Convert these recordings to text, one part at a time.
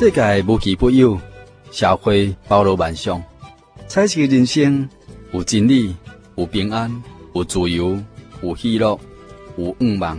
世界无奇不有，社会包罗万象。彩色人生有真理，有平安，有自由，有喜乐，有愿望。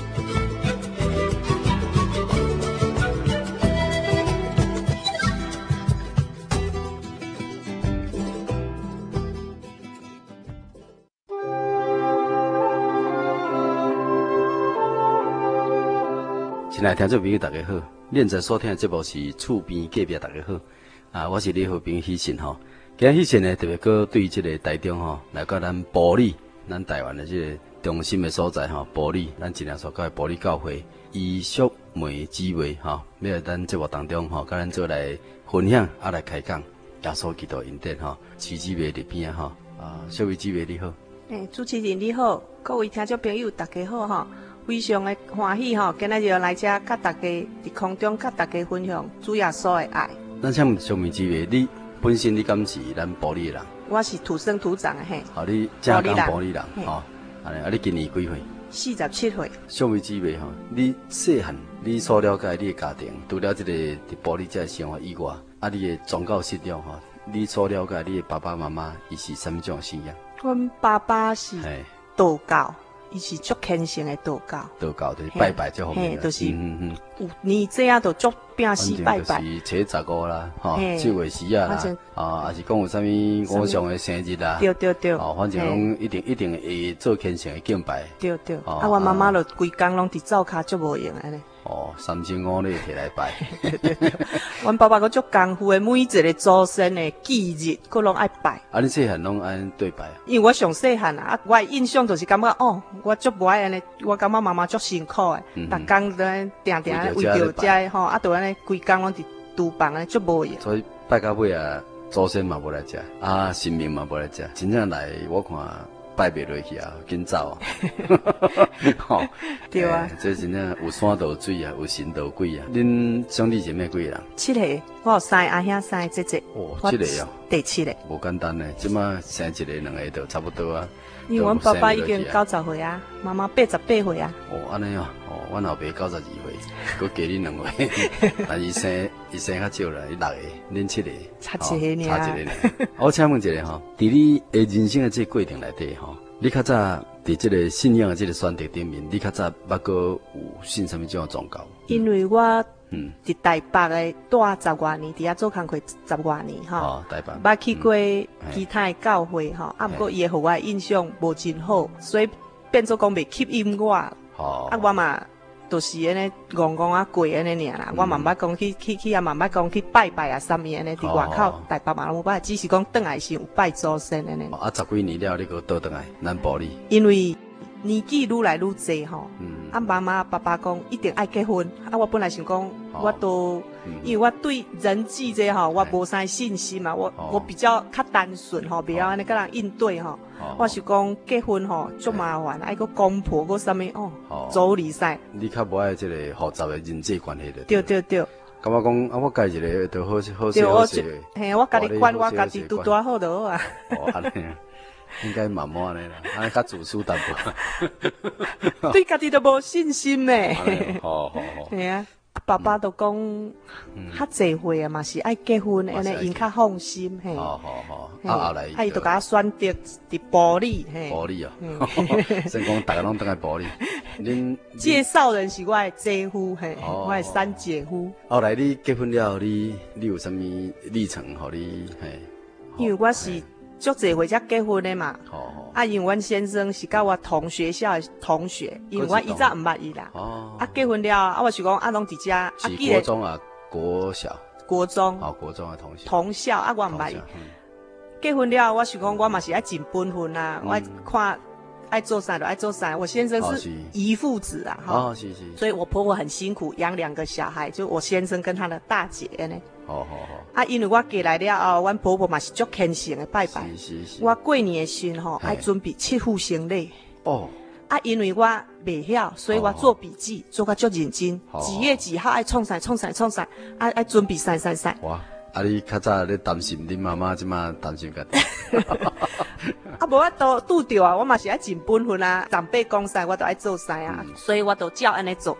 亲爱的听众朋友，大家好！恁在所听的节目是厝边隔壁，大家好。我是你好朋友喜信吼。今日喜信呢，特别搁对这个台中吼，来到咱埔里，咱台湾的这个中心的所在吼，埔里，咱尽量所讲的埔里教会医淑梅姊妹吼，要来咱节目当中吼，甲咱做来分享来开讲，耶稣基督恩典吼，徐姊妹伫边吼，淑梅姊妹你好。 主持人你好，各位听众朋友大家好吼。非常的欢喜吼，今日就来这甲大家伫空中甲大家分享主耶稣的爱。 咱请问淑梅姊妹，你本身你敢是咱埔里的人？ 我是土生土长的嘿。 你正港埔里人吼，你今年几岁 ？47岁。 淑梅姊妹吼，你细汉你所了解你的家庭，除了这个伫埔里这个生活以外，你的宗教信仰吼，你所了解你的爸爸妈妈伊是什么种信仰？ 阮爸爸是道教。伊是足虔诚的道教， 道教就是拜拜这方面的，就是有年节啊，就足拼死拜拜， 就是初15啦，吼，7月4啊啦，也是讲有啥物偶像的生日啦， 对， 反正拢一定会做虔诚的敬拜， 对，我妈妈就规工拢伫灶骹足无用安尼。 3星5你摕来拜。 对，阮爸爸佫足功夫的，每一个祖先的忌日，佫拢爱拜。 你细汉拢安对拜？ 因为我上细汉我的印象就是感觉我足无爱安尼，我感觉妈妈足辛苦的，逐工都定为着遮吼，就安尼规工拢伫厨房安尼足无用。 所以拜到尾祖先嘛无来食，神明嘛无来食，真正来我看。拜袂落去啊，紧走啊！ 对啊， 这真正有山就有水啊，有神就有鬼啊。恁兄弟姐妹几个人 ？7个，我有3个阿兄，3个姐姐。 7个哦， 第7个。 无简单呢，即马生一个2个就差不多啊。 因为阮爸爸已经90岁啊，妈妈88岁啊。 安尼哦，阮后爸92岁，佮加你2岁，但伊生较少啦，伊6个，恁7个， 差1个尔。 差1个。我请问一下吼，伫你的人生的这过程内底吼，你较早伫这个信仰的这个选择顶面，你较早捌过有信什么种宗教？ 因为我伫台北的住10多年，伫遐做工课10多年吼。 台北。 捌去过其他的教会吼，不过伊会互我印象无真好，所以变做讲袂吸引我。我嘛。就是安尼戆过安尼尔啦，我嘛捌讲去啊，嘛捌讲去拜拜啊，啥物安尼伫外口台北嘛拢捌，只是讲转来时有拜祖先安尼。 10几年了，你搁倒转来咱埔里。 因为年纪愈来愈济吼，妈妈爸爸讲一定爱结婚，我本来想讲我都，因为我对人际这吼我无啥信心嘛，我比较单纯吼，比较安尼甲人应对吼。我是讲结婚吼足麻烦，爱个公婆个啥物走离赛。你较无爱这个复杂的人际关系的。 对。 感觉讲我介一个就好势。 嘿，我家己管我家己拄多好就好啊。 安尼应该慢慢的啦，安尼较自私淡薄。 对家己都无信心呢。 好。 系啊。爸爸都讲，较济岁啊嘛是爱结婚，安尼因较放心嘿。 好。后来， 伊就甲我选择伫埔里嘿。 埔里哦，先讲大家拢等来埔里。恁介绍人是我的姐夫嘿，我的3姐夫。 后来你结婚了，你有啥物历程？互你嘿？ 因为我是足侪岁才结婚的嘛。因为阮先生是甲我同学校的同学，因为我以早毋捌伊啦。结婚了，我是讲拢伫遮。 是国中啊，国小。 国中。 国中的同学。 同校我毋捌伊。结婚了，我想讲我嘛是爱尽本分啦，我看爱做啥就爱做啥。我先生是遗腹子啊， 是。 所以我婆婆很辛苦养2个小孩，就我先生跟他的大姐呢。因为我过来了后，阮婆婆嘛是足虔诚的拜拜。是。我过年的时吼爱准备7副行李。因为我袂晓，所以我做笔记做甲足认真。几月几号爱创啥，爱准备啥。 哇！你较早咧担心恁妈妈，即马担心家己。 无我都拄着啊，我嘛是爱尽本分啊。长辈讲啥，我都爱做啥啊，所以我都照安尼做。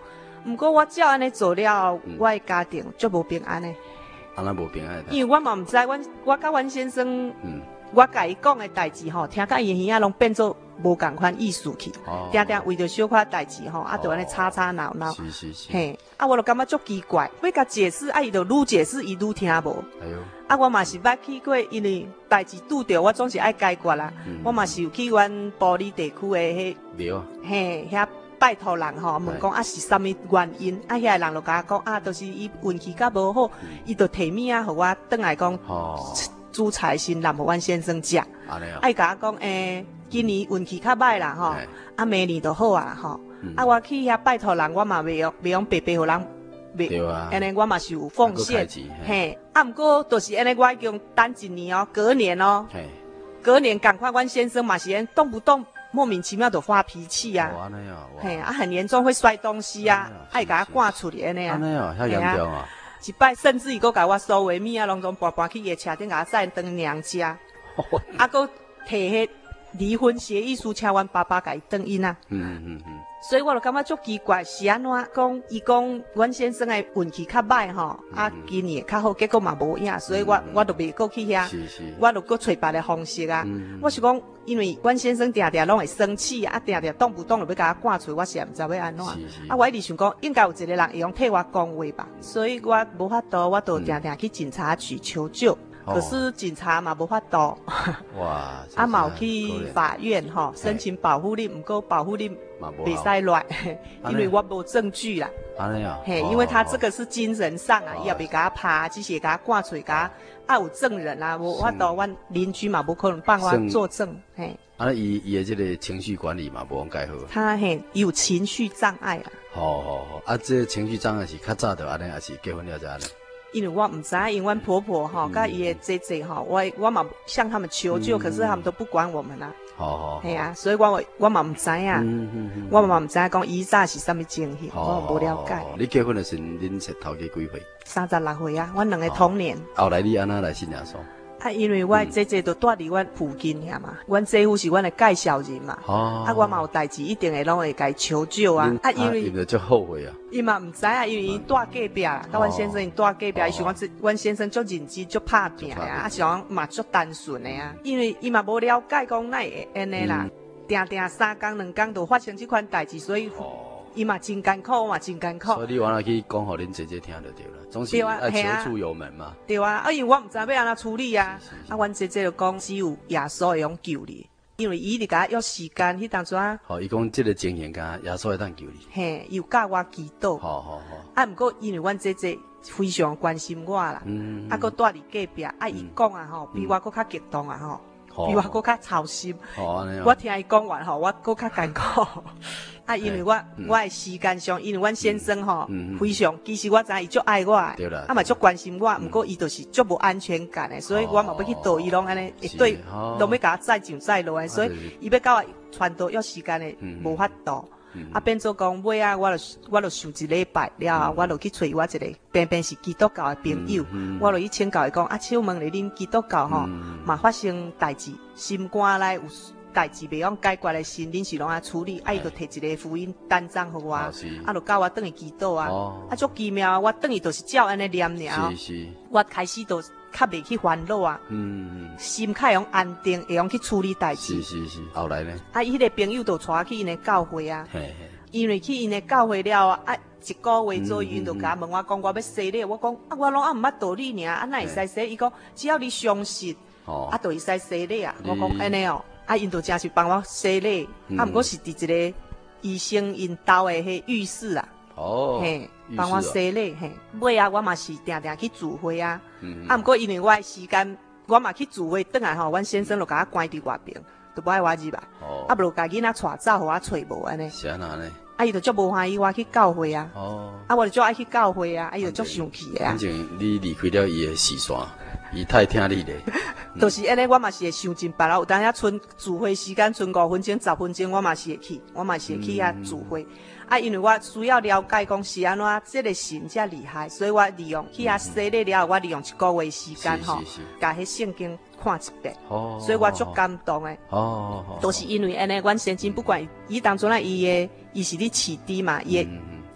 不过我照安尼做了，我的家庭就无平安的。 安那无平安？ 因为我嘛唔知，我甲阮先生，我甲伊讲的代志吼，听甲伊耳仔拢变做无共款意思去，定定为着小可代志吼，啊，就安尼吵吵闹闹。 是。 嘿，啊，我就感觉足奇怪，要甲解释，啊，伊就愈解释伊愈听无。哎呦！啊，我嘛是捌去过，因为代志拄着，我总是爱解决啦。我嘛是有去阮埔里地区的迄庙， 嘿，遐拜托人吼，问讲啊是啥物原因？啊，遐人就甲我讲啊，都是伊运气较无好，伊就摕物啊，互我转来讲。煮菜先揽互阮先生食，爱甲我讲今年运气较歹啦吼，啊明年就好啊吼，啊我去遐拜托人，我嘛袂用白白互人， 对啊， 安尼我嘛是有奉献，嘿，啊毋过就是安尼，我已经等一年哦，隔年哦，隔年赶快，阮先生嘛是动不动莫名其妙就发脾气啊，嘿，啊很严重会摔东西啊，爱甲我赶出去安尼啊， 安尼哦，遐严重啊。 一摆甚至伊佫甲我所有物啊，拢总搬去伊的车顶，甲我载回娘家，啊，佫摕迄离婚协议书，请阮爸爸甲伊转因啊。所以我就感觉足奇怪，是安怎讲？伊讲阮先生的运气较歹吼，啊，今年较好，结果嘛无影，所以我就袂过去遐，我就搁找别的方式啊。我是讲，因为阮先生定定拢会生气啊，定定动不动就要甲我赶出，我实在毋知要安怎。啊，我一直想讲，应该有一个人会用替我讲话吧，所以我无法度，我就定定去警察局求救。可是警察嘛无法度，哇！啊，嘛有去法院吼申请保护令，毋过保护令袂使乱，因为我无证据啦。安尼啊？嘿，因为他这个是精神上啊，伊也袂甲我拍，只是甲我赶出甲啊有证人啊，无法度，阮邻居嘛无可能帮我作证，嘿。 啊，伊的这个情绪管理嘛无讲介好。 他嘿有情绪障碍啊。 好，啊，这情绪障碍是较早就安尼，还是结婚了才安尼？ 因为我唔知，因为阮婆婆哈，甲伊的姐姐哈，我嘛向他们求救，可是他们都不管我们啊。好，系啊，所以我嘛唔知啊，我嘛唔知讲伊早是啥物情形，我无了解。 你结婚的时恁是头家几岁 ？36岁啊，阮两个同年。 后来你安那来信耶稣？ 啊，因为我姐姐都住伫阮附近遐嘛，阮姐夫是阮的介绍人嘛，啊，我嘛有代志，一定会拢会甲伊求救啊。啊，因为就后悔啊。 伊嘛唔知啊，因为伊住隔壁啦，甲阮先生伊住隔壁，伊想讲阮先生足认真、足拍拼啊，啊，想讲嘛足单纯的啊。因为伊嘛无了解讲哪会安尼啦，定定3工2工就发生这款代志，所以伊嘛真艰苦，我嘛真艰苦。 所以你往那去讲，互恁姐姐听就对了。总是爱求助有门嘛。 对啊，因为我唔知要安怎处理啊。啊，阮姐姐就讲只有耶稣会用救你，因为伊伫甲约时间，迄当初啊。 好，伊讲这个情形甲耶稣会当救你。 嘿，又教我祈祷。好。啊，毋过因为阮姐姐非常关心我啦，啊，佮住伫隔壁，啊，伊讲啊吼，比我佮较激动啊吼，比我佮较操心。我听伊讲完吼，我佮较艰苦。啊，因为我的时间上，因为阮先生吼非常，其实我知伊足爱我，啊嘛足关心我，毋过伊就是足无安全感的，所以我嘛要去倒伊拢安尼，对，拢要甲我载上载落的，所以伊要甲我传导约时间的无法度，啊变做讲尾啊，我就想一礼拜了，我就去找我一个偏偏是基督教的朋友，我就去请教伊讲啊，请问你恁基督教吼嘛发生代志，心肝内有代志袂用解决的时，恁是拢爱处理，啊伊就摕一个福音单张互我，啊就教我转去祈祷啊，啊足奇妙啊，我转去就是照安尼念尔，我开始就较袂去烦恼啊，心较会用安定，会用去处理代志。 是，后来呢？ 啊，伊迄个朋友就带我去因的教会啊，因为去因的教会了啊，一个月左右，因就甲问我讲我要洗礼，我讲啊我拢毋捌道理尔，啊哪会使洗？伊讲只要你相信，啊就会使洗礼啊。我讲安尼哦。啊，因就真是帮我洗礼，啊，毋过是伫一个医生因兜的迄浴室啊，嘿，帮我洗礼，嘿，尾啊，我嘛是定定去聚会啊，啊，毋过因为我的时间，我嘛去聚会，转来吼，阮先生就甲我关伫外边，就不爱我入来，啊，无甲囡仔带走，互我找无安尼， 是安那呢？ 啊，伊就足无欢喜我去教会啊，啊，我就足爱去教会啊，啊，伊就足生气的啊。 反正你离开了伊的视线。伊太听你咧， 就是安尼，我嘛是会想尽办法。有当遐剩聚会时间剩5分钟、10分钟，我嘛是会去，我嘛是会去遐聚会。啊，因为我需要了解讲是安怎，这个神遮厉害，所以我利用去遐洗礼了后，我利用1个月时间吼，甲迄圣经看一遍，所以我足感动诶。都是因为安尼，阮先生不管伊当初伊是咧饲猪嘛，伊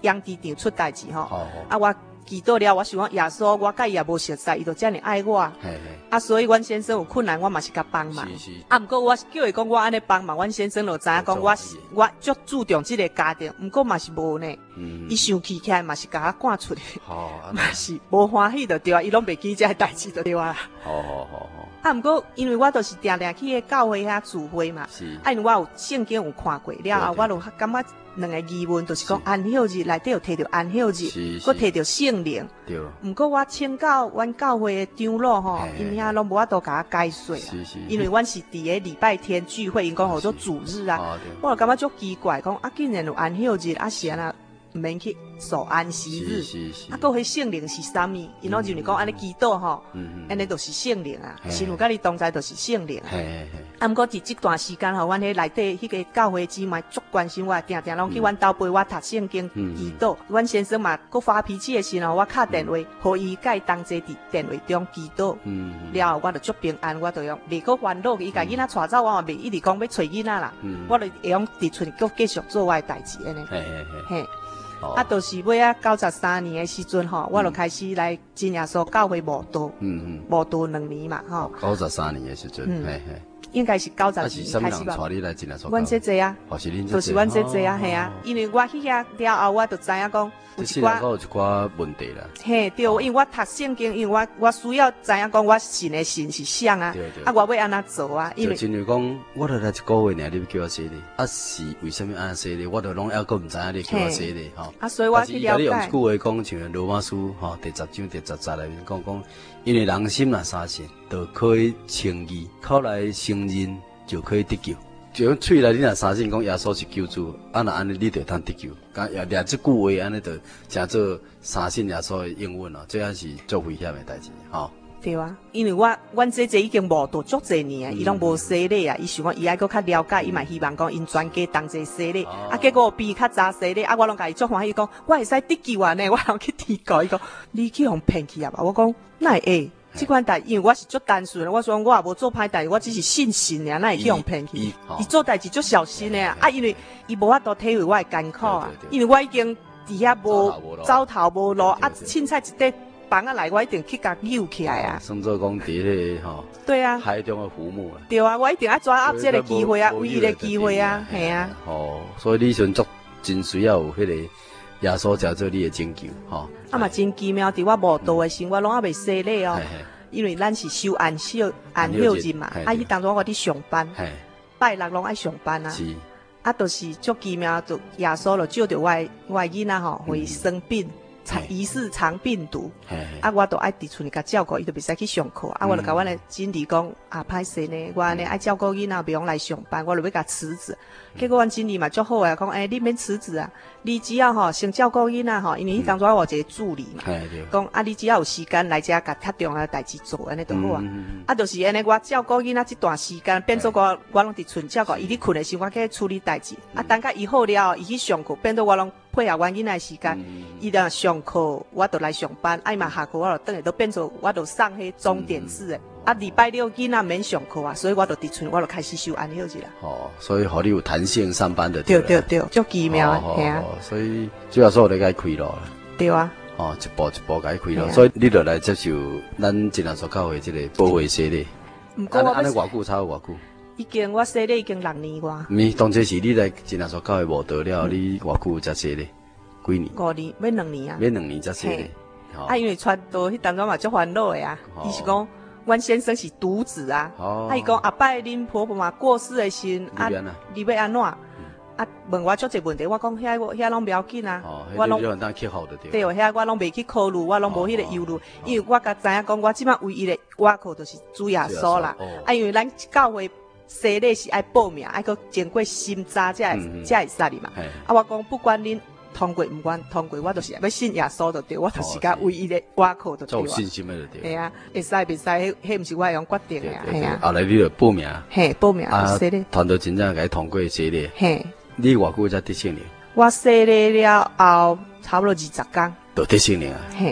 养猪场出代志吼，啊我祈祷了，我想讲耶稣，我甲伊也无熟悉，伊就遮尔爱我，啊所以阮先生有困难，我嘛是甲帮忙，啊毋过我叫伊讲我安尼帮忙，阮先生就知影讲我足注重即个家庭，毋过嘛是无呢，伊生气起来嘛是甲我赶出去，嘛是无欢喜就对啊，伊拢袂记遮代志就对啊。啊，毋过因为我都是定定去个教会遐聚会嘛，啊，因为我有圣经有看过了，我就感觉两个疑问，就是讲安息日内底有摕到安息日，佮摕到圣灵。对。毋过我请教阮教会的长老吼，因遐拢无法度甲我解说啦，因为阮是伫个礼拜天聚会，因讲好做主日啊，我就感觉足奇怪，讲啊，竟然有安息日，啊是安那毋免去守安息日，啊，佮迄圣灵是啥物？因拢认为讲安尼祈祷吼，安尼就是圣灵啊，神有甲你同在，就是圣灵啊。啊，毋过伫即段时间吼，阮迄内底迄个教会姊妹足关心我，定定拢去阮兜陪我读圣经祈祷。阮先生嘛，佮发脾气的时候，我敲电话，互伊甲伊同齐伫电话中祈祷。了后我就足平安，我就用袂佮烦恼。伊甲囡仔带走，我嘛袂一直讲要找囡仔啦，我就会用伫厝佮继续做我的代志安尼。嘿。啊，就是尾啊93年的时阵吼，我就开始来真耶稣教会慕道，慕道2年嘛吼。 93年的时阵， 应该是92年开始吧。阮姐姐啊，就是阮姐姐啊，系啊，因为我去遐了后，我就知影讲有一寡问题啦。 嘿，对，因为我读圣经，因为我需要知影讲我信的神是啥啊，啊，我要安怎做啊？因为真讲，我都来一个月尔，你要叫我洗哩，啊是为什么安尼洗哩？我都拢还佫唔知影你叫我洗哩，吼。啊，所以我去了解。你用句话讲，像罗马书吼第10章第10节内面讲，因为人心若相信，就可以称义，口来承认就可以得救。就用嘴来，你若相信讲耶稣是救主，啊那安尼你就通得救。讲也掠这句话，安尼就诚做相信耶稣的应允哦，这也是最危险的代志，吼。 对啊，因为阮姐姐已经无读足侪年啊，伊拢无洗礼啊，伊想讲伊爱搁较了解，伊嘛希望讲因全家同齐洗礼，啊，结果比较早洗礼，啊，我拢甲伊足欢喜讲，我会使得救啊呢，我拢去提告伊讲，你去互骗去啊吧，我讲哪会？即款代，因为我是足单纯，我说我也无做歹代，我只是信神尔，哪会去互骗去？伊做代志足小心的啊，因为伊无法度体会我的艰苦啊，因为我已经伫遐无走头无路啊，凊彩一块房仔内，我一定去甲扭起来啊。 算做讲伫迄个吼，对啊，海中的浮木啊。对啊，我一定要抓握这个机会啊，唯一的机会啊，系啊。 哦，所以你阵足真需要有迄个耶稣叫做你的拯救，吼。啊嘛真奇妙，伫我无道的时，我拢还未洗礼哦。因为咱是修安息日嘛，啊，伊当初我伫上班，拜六拢爱上班啊。是。啊，就是足奇妙，就耶稣就照着我的囡仔吼，会生病。疑似肠病毒，啊，我都爱伫厝里甲照顾，伊就袂使去上课，啊，我就甲阮的经理讲，啊，歹势呢，我安尼爱照顾囡仔，袂用来上班，我就要甲辞职。结果阮经理嘛足好啊，讲，你免辞职啊，你只要吼先照顾囡仔吼，因为伊当初我有一个助理嘛，讲啊，你只要有时间来遮甲较重要的代志做，安尼就好啊。啊，就是安尼，我照顾囡仔这段时间，变做我拢伫厝照顾，伊咧困的时候，我去处理代志。啊，等甲伊好了，伊去上课，变做我拢配合阮囡仔的时间，伊若上课，我就来上班；爱嘛下课，我就等下都变做我就上迄钟点制的。啊，礼拜六囡仔免上课啊，所以我就伫厝，我就开始修安息日啦。 哦，所以互你有弹性上班的。 对，足奇妙的，系啊。 所以主要说你该开路啦。 对啊。 哦，一步一步该开路，所以你就来接受咱真耶稣教会这个保卫洗礼。安尼偌久差偌久？ 我洗礼已经6年外。 当初是你来真耶稣教会无得了，你偌久才洗礼？几年 ？5年，免2年啊。 免2年才洗礼。 啊，因为传道迄当中嘛足烦恼的啊，伊是讲。阮先生是独子啊，伊讲阿伯恁婆婆嘛过世的时，啊，你要安怎？啊，问我足侪问题，我讲遐拢不要紧啊， 我拢当克服的对，遐我拢袂去考虑，我拢无迄个忧虑，因为我甲知影讲，我即摆唯一的依靠就是主耶稣啦。啊，因为咱教会洗礼是爱报名，爱搁经过审查才会使哩嘛。啊，我讲不管恁。通过唔管通过，我就是要信耶稣就对，我就是甲唯一的依靠就对。 有信心的就对。 系啊，会使袂使，迄毋是我用决定的啊。系啊。 后来你就报名。 嘿，报名洗礼。 团队真正甲伊通过洗礼。嘿。你偌久才得圣灵？ 我洗礼了后，差不多20天。 就得圣灵啊。 嘿。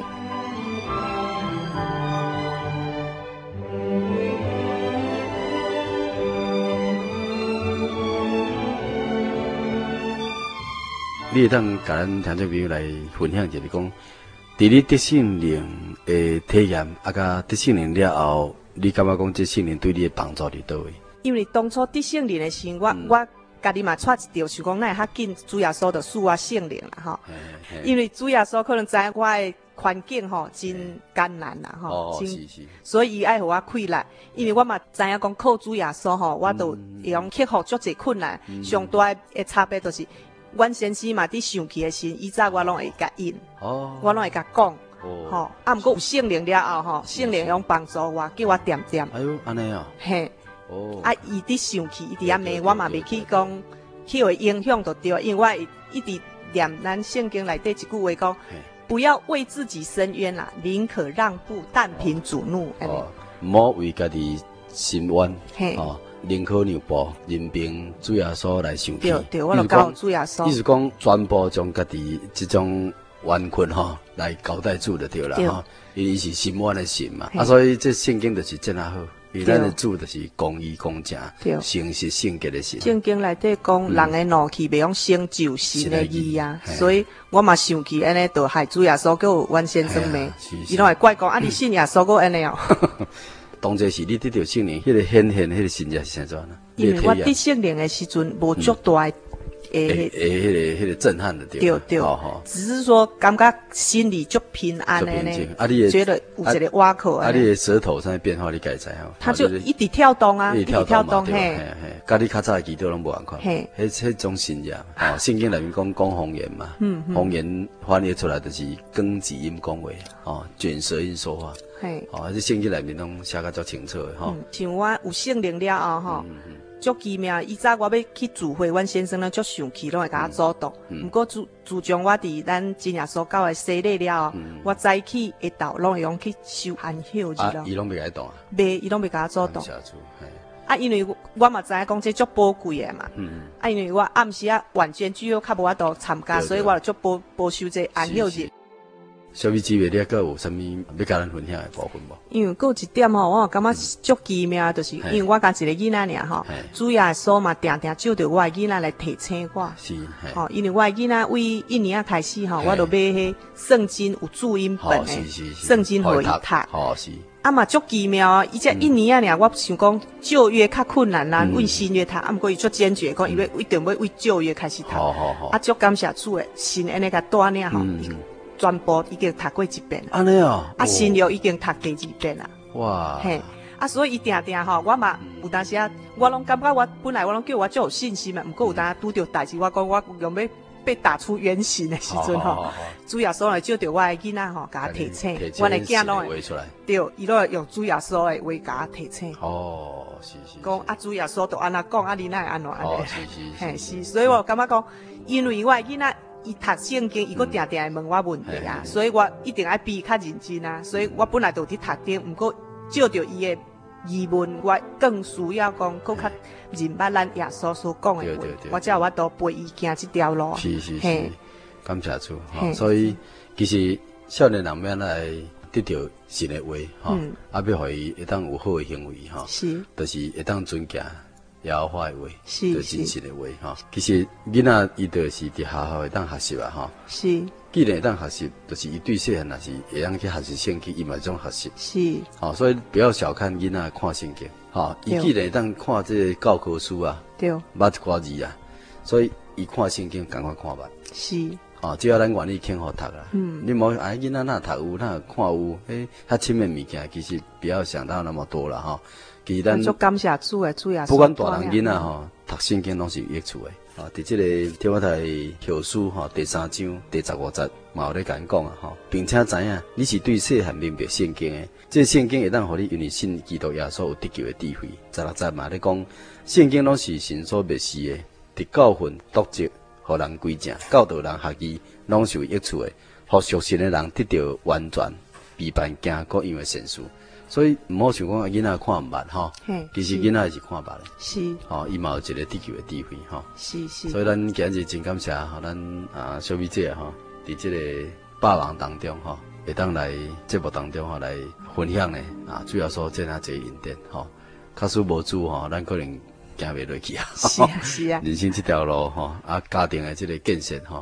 你会当甲咱听众朋友来分享一下，讲，伫你得圣灵的体验，甲得圣灵了后，你感觉讲这圣灵对你的帮助伫倒位？ 因为当初得圣灵的时候，我家己嘛带一条，想讲那较紧，主耶稣就赐我圣灵啦吼。因为主耶稣可能知影我的环境吼真艰难啦吼，所以伊爱互我开力。因为我嘛知影讲靠主耶稣吼，我都会用克服足侪困难。上大的差别就是，阮先生嘛伫生气的时，以早我拢会甲应，我拢会甲讲，吼。啊，毋过有圣灵了后吼，圣灵用帮助我，叫我点点。 哎呦，安尼哦。 嘿。啊，伊伫生气，伊伫遐骂，我嘛袂去讲，去互影响就对，因为我一直念咱圣经内底一句话讲，不要为自己伸冤啦，宁可让步，但凭主怒。 唔好为家己伸冤，宁可让步，任凭主耶稣来生气。 对，我就交主耶稣。 意思讲，全部将家己这种冤困吼来交代主就对了吼，因为是伸冤的神嘛，所以这圣经就是真啊好。伊咱的主就是公义公正、诚实圣洁的神。 圣经内底讲，人的怒气袂用成就神的义啊，所以我嘛生气，安尼就害主耶稣叫阮先生骂，伊拢会怪讲啊，你信耶稣个安尼哦。 当这是你得到圣灵，迄个显现，迄个神迹是啥子呢？ 因为我得圣灵的时阵，无足大。 迄个震撼的对。 对，只是说感觉心里就平安的呢。啊，你觉得有一个挖口啊？ 你的舌头上变化，你改在吼？ 它就一直跳动啊，一直跳动嘿。甲你较早的祈祷拢无共款。嘿，迄种信仰，圣经内面讲方言嘛，方言翻译出来就是光子音讲话，卷舌音说话。嘿，这圣经内面拢写甲足清楚的吼。 像我有圣灵了后吼。足奇妙！以早我要去聚会，阮先生呢足生气，拢会甲我阻挡。毋过自从我伫咱真耶稣教会洗礼了，我早起一到，拢会用去收含休日咯。 伊拢袂甲伊动啊？ 袂，伊拢袂甲我阻挡。啊，因为我嘛知影讲这足宝贵的嘛。啊，因为我暗时啊晚间聚会较无法度参加，所以我就足保守这含休日。 小米姊妹，你还有啥物要甲咱分享的部分无？ 因为还有一点吼，我感觉足奇妙，就是因为我家一个囡仔尔吼，主耶稣嘛定定照着我的囡仔来提醒我。是，吼，因为我的囡仔为1年开始吼，我就买迄圣经有注音本的，圣经互伊读。哦，是。啊嘛足奇妙啊！伊这1年尔，我想讲旧约较困难啦，为新约读，啊毋过伊足坚决讲，伊要一定要为旧约开始读。啊，足感谢主的，神安尼甲带领吼。全部已经读过一遍了， 安尼哦， 啊新约已经读第2遍啦。 哇， 嘿，啊所以伊定定吼，我嘛有当时啊，我拢感觉我本来我拢叫我足有信心嘛，毋过有当拄着代志，我讲我用要被打出原形的时阵吼，主耶稣来照着我的囡仔吼，甲我提醒，我的囝拢会对，伊拢会用主耶稣的话甲我提醒。哦，是。讲啊，主耶稣都安那讲，啊你哪会安怎安尼？嘿是，所以我感觉讲，因为我的囡仔。伊读圣经，伊个定定会问我问题啊，所以我一定爱比较认真啊。所以我本来就伫读经，毋过照着伊的疑问，我更需要讲，更较认捌咱耶稣所讲的话，我才有法度陪伊行这条路。 是，感谢主。所以其实少年人要来得到神的话，啊，要互伊会当有好的行为，是，就是会当尊敬。要花的话，是真实的话哈。其实囡仔伊就是伫学校会当学习啊哈。是。既然会当学习，就是伊对细汉也是会当去学习圣经，伊嘛种学习。是。好，所以不要小看囡仔看圣经，哈。伊既然会当看这个教科书啊，对，捌一寡字啊，所以伊看圣经赶快看捌。是。哦，只要咱愿意肯好读啦。你莫囡仔那读有，那看有，较深的物件，其实不要想到那么多了哈。其实咱就感谢主的主耶稣。 不管大人囡仔吼，读圣经拢是有益处的。啊，伫这个天花台教书吼，第3章第15节嘛有咧甲讲啊吼，并且知影你是对细汉明白圣经的，这圣经会当互你因为信基督耶稣有得救的智慧。16节嘛咧讲，圣经拢是神所默示的，伫教训、督责、互人归正、教导人学义，拢是有益处的，互属神的人得到完全，避办行各样的善事。所以唔好想讲囡仔看唔捌吼，其实囡仔是看捌的，是，吼，伊嘛有一个得救的智慧吼，是。所以咱今日真感谢吼，咱小米姐吼，伫这个霸王当中吼，会当来节目当中吼来分享呢主要说这哪这恩典吼，假使无主吼，咱可能行袂落去啊，是啊，人生这条路吼，家庭的这个建设吼，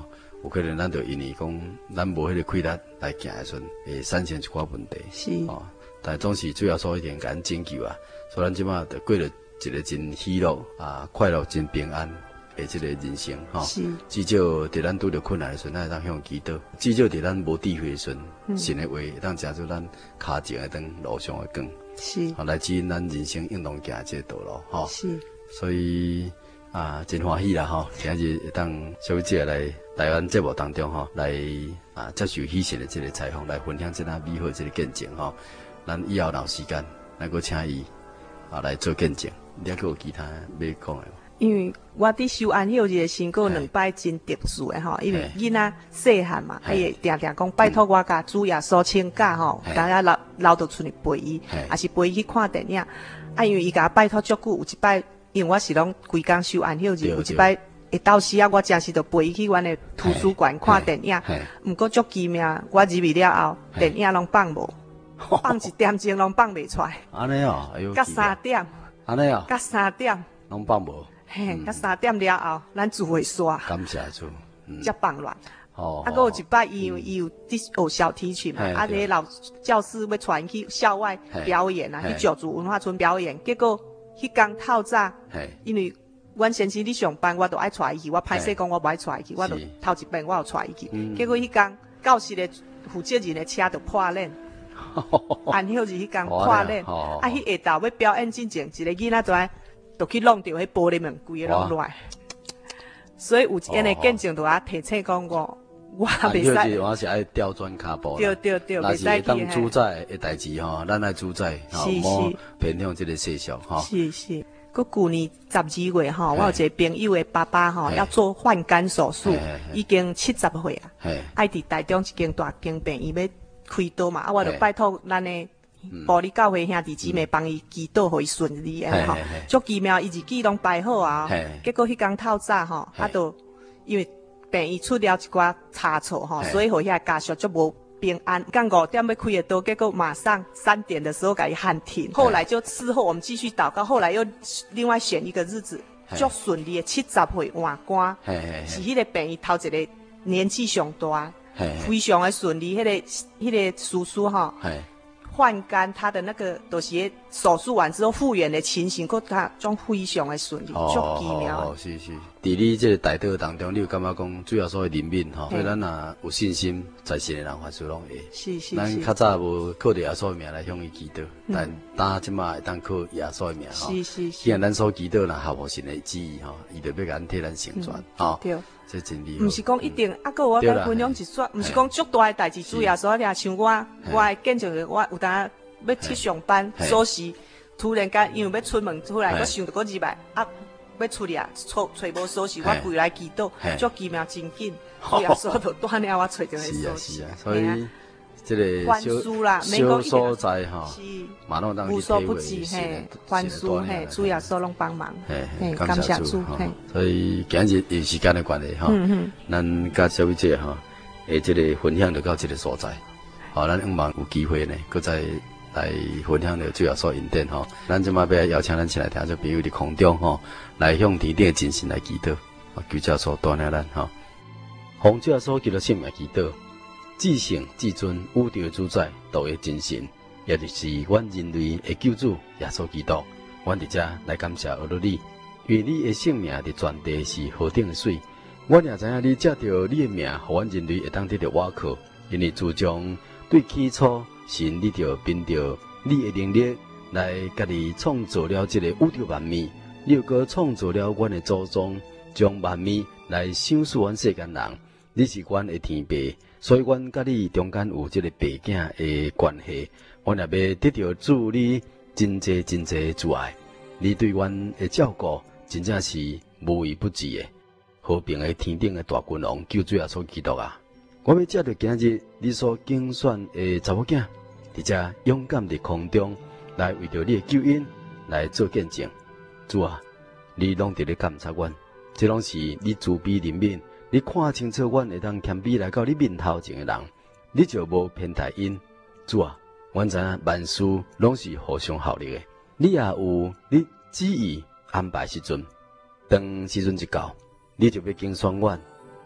有可能咱就因为讲咱无迄个气力来行的时阵，会产生一寡问题。 是哦，但总是主要说一定甲咱拯救啊，所以咱即马就过了一个真喜乐啊、快乐、真平安的这个人生吼。是。至少伫咱拄着困难的时阵，咱会当向祈祷；至少伫咱无智慧的时阵，神的话会当帮助咱脚前的灯、路上的光。是。来指引咱人生应当行这个道路吼。是。所以真欢喜啦吼！今日会当小姐来台湾节目当中吼，来接受喜神的这个采访，来分享这呐美好这个见证吼。咱以后若有时间，咱搁请伊来做见证。你还有其他要讲的？ 因为我伫收安息日的时候2摆真特殊的吼，因为囡仔细汉嘛，伊会定定讲拜托我甲主耶稣请假吼，当然留到厝里陪伊，也是陪伊去看电影。因为伊甲拜托足久，有一摆。因为我是拢规工收安息日，有一摆会到时啊，我真是着陪伊去阮的图书馆看电影。毋过足奇妙，我入去了后，电影拢放无，放1点钟拢放袂出来。 安尼哦，哎呦！ 到3点。安尼哦。 到3点。 拢放无。 嘿，到3点了后，咱就会刷。 感谢主。 才放乱。哦。啊，佮有一摆伊有学小提琴嘛，迄老教师要带伊去校外表演啊，去九族文化村表演，结果。迄天透早，因为阮先生咧上班，我都爱带伊去。我歹势讲我无爱带伊去，我就头一遍我有带伊去。结果迄天教室的负责人的车就破烂，安息日迄天破烂。迄下昼要表演之前，一个囡仔就去弄掉迄玻璃门，规个拢落来。所以有因的见证，就提醒讲我袂使。 我是爱刁钻骹步。 对，袂使去。 当主宰的代志吼，咱爱主宰，莫偏向这个世俗吼。 是。佮去年12月吼，我有一个朋友的爸爸吼，要做换肝手术，已经70岁啊。爱伫台中一间大间病院要开刀嘛，我就拜托咱的保利教会兄弟姊妹帮伊祈祷，互伊顺利的吼。足奇妙，伊日记拢摆好啊。结果迄天透早吼，就因为。病院出了一寡差错吼，所以互遐家属就无平安。刚5点要开的刀，结果马上3点的时候给伊喊停。后来就事后我们继续祷告，后来又另外选一个日子，足顺利的70岁换肝，是迄个病院头一个年纪上大，非常的顺利。迄个叔叔吼。换肝，他的那个都是手术完之后复原的情形，佮他种非常的顺利，足奇妙。 是。伫你这个大道当中，你有感觉讲主要所谓怜悯吼，所以咱若有信心，在神的人凡事拢会。是。咱较早无靠着耶稣的名来向伊祈祷，但当即马会当靠耶稣的名吼。是。既然咱所祈祷若合乎神的旨意吼，伊就要甲咱替咱成全吼。对。这真理。毋是讲一定，佮我甲分享一撮，毋是讲足大的代志，主要说俩像我的见证，我有当要去上班，锁匙突然间因为要出门出来，我想着我入来要出去啊，找无锁匙，我跪来祈祷，足奇妙真紧，主要说就断了我找着个锁匙。是啊， 所以这个小所在哈，马上当去体会嘿，宽恕嘿，主要说拢帮忙，嘿，感谢主嘿。 所以今日有时间的关系哈，咱甲小伟姐哈，这个分享就到这个所在，好，咱希望有机会呢，搁再来分享着主要所引导吼。咱即马要邀请咱起来听这朋友伫空中吼，来向天顶真心来祈祷，求教所带领咱吼，奉主耶稣基督圣名祈祷。至圣至尊宇宙主宰，道的真神，也就是阮人类的救主耶稣基督。阮伫遮来感谢俄罗你，因为你的性命伫全地是何等的水。阮也知影你借着你的命，互阮人类会当得到瓦靠，因为自从对起初神，你就凭着你的能力来家己创造了这个宇宙万物，你又搁创造了阮的祖宗，将万物来赏赐阮世间人。你是阮的天父。所以，阮甲你中间有这个爸囝的关系，阮也要得到主你真济真济的慈爱。你对阮的照顾，真正是无微不至的。和平的天顶的大君王，救主耶稣基督啊！我要借着今日你所竞选的查某囝，伫遮勇敢伫空中来为着你的救恩来做见证。主啊，你拢伫咧感谢阮，这拢是你慈悲怜悯。你看清楚，阮会当谦卑来到你面头前的人，你就无偏袒因。主啊，阮知影万事拢是互相效力的。你也有你旨意安排时阵，当时阵一到，你就要竞选阮，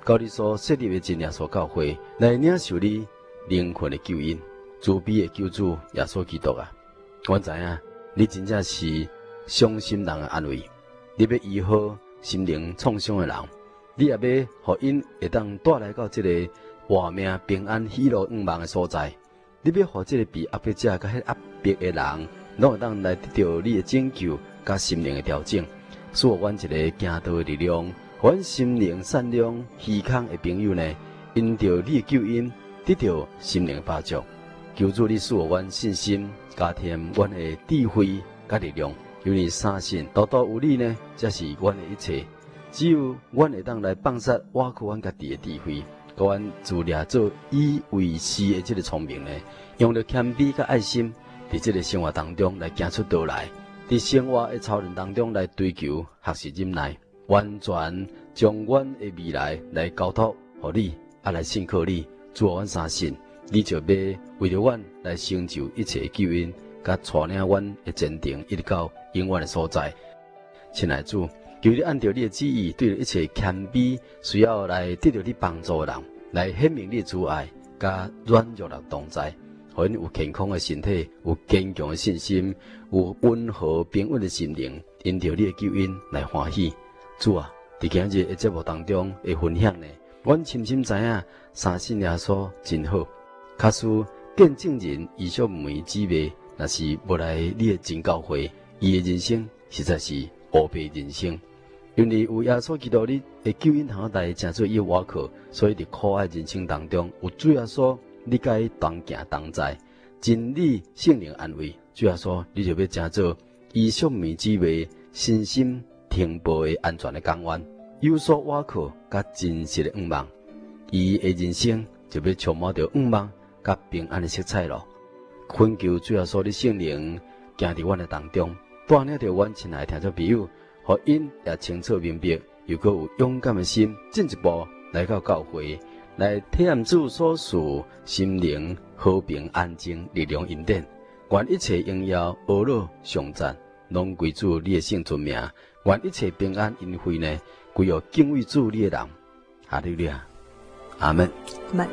到你所设立的真耶稣教会来领受你灵魂的救恩，慈悲的救主耶稣基督啊！我知影你真正是伤心人的安慰，你要医好心灵创伤的人，你也要互因会当带来到这个活命平安喜乐永望的所在。你要互这个被压迫者甲迄压迫的人，拢会当来得到你的拯救甲心灵的调整，使我阮一个行道的力量，阮心灵善良虚空的朋友呢，因着你的救恩得到心灵的帮助。求主你使我阮信心加添阮的智慧甲力量，因为相信独独有你呢，才是阮的一切。只有阮会当来放下挖苦阮家己的智慧，甲阮自掠做以为是的这个聪明呢，用着谦卑甲爱心，伫这个生活当中来行出道来，伫生活的操练当中来追求学习忍耐，完全将阮的未来来交托予你，来信靠你。主，阮相信你就要为着阮来成就一切的救恩，甲带领阮的前程一直到永远的所在。亲爱的主，求你按照你的旨意，对着一切谦卑需要来得到你帮助的人，来显明你的慈爱，甲软弱人同在，互因有健康的身体，有坚强的信心，有温和平稳的心灵，因着你的救恩来欢喜。主啊，伫今日的节目当中的分享呢，阮深深知影，相信耶稣真好。假使见证人伊所梅姊妹，若是无来你的真教会，伊的人生实在是黑白人生。因为有耶稣基督你的救恩通来成做伊瓦靠，所以伫苦爱人生当中，有主耶稣你甲伊同行同在，真理圣灵安慰。主耶稣你就要成做伊所梅姊妹身心停泊的安全的港湾，有所瓦靠甲真实的愿望，伊的人生就要充满着愿望甲平安的色彩咯。恳求主耶稣的圣灵行伫阮的当中，带领着阮亲爱的听众朋友，互因也清楚明白，又搁有勇敢的心，进一步来到教会，来体验主所赐心灵和平、安静、力量、恩典。愿一切荣耀、阿乐、颂赞，拢归主你的圣尊名。愿一切平安、恩惠呢，归予敬畏主你的人。哈利路亚，阿门。 阿门。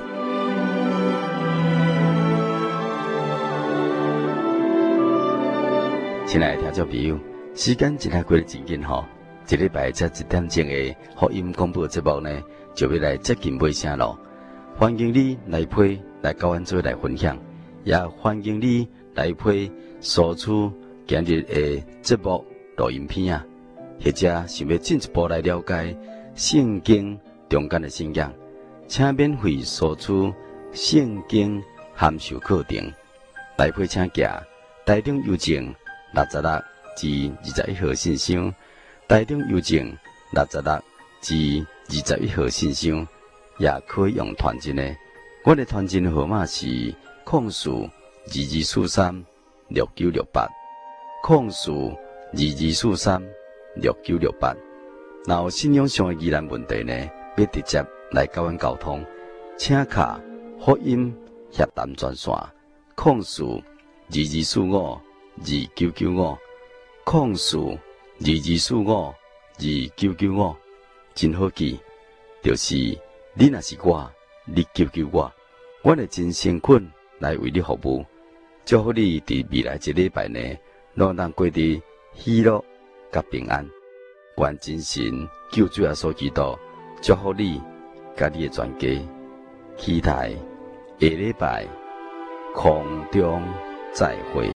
亲爱的听众朋友，时间真系过得真紧吼，一礼拜才1点钟的福音广播节目呢，就要来接近尾声咯。欢迎你来配来跟阮做来分享，也欢迎你来配索取今日的节目录音片啊，或者想要进一步来了解圣经中间的信仰，请免费索取圣经函授课程。来配请假台中邮政66至21号信箱，台中邮政66至21号信箱，也可以用传真的。我的传真号码是0422436968，0422436968。若有信仰上的疑难问题呢，要直接来甲阮沟通，请卡福音协谈专线0422452995，0422452995，真好记，就是你若是我，你救救我，我会真诚恳来为你服务。祝福你伫未来一礼拜呢，拢能过得喜乐甲平安。愿真神救主耶稣基督祝福你甲你的全家，期待下礼拜空中再会。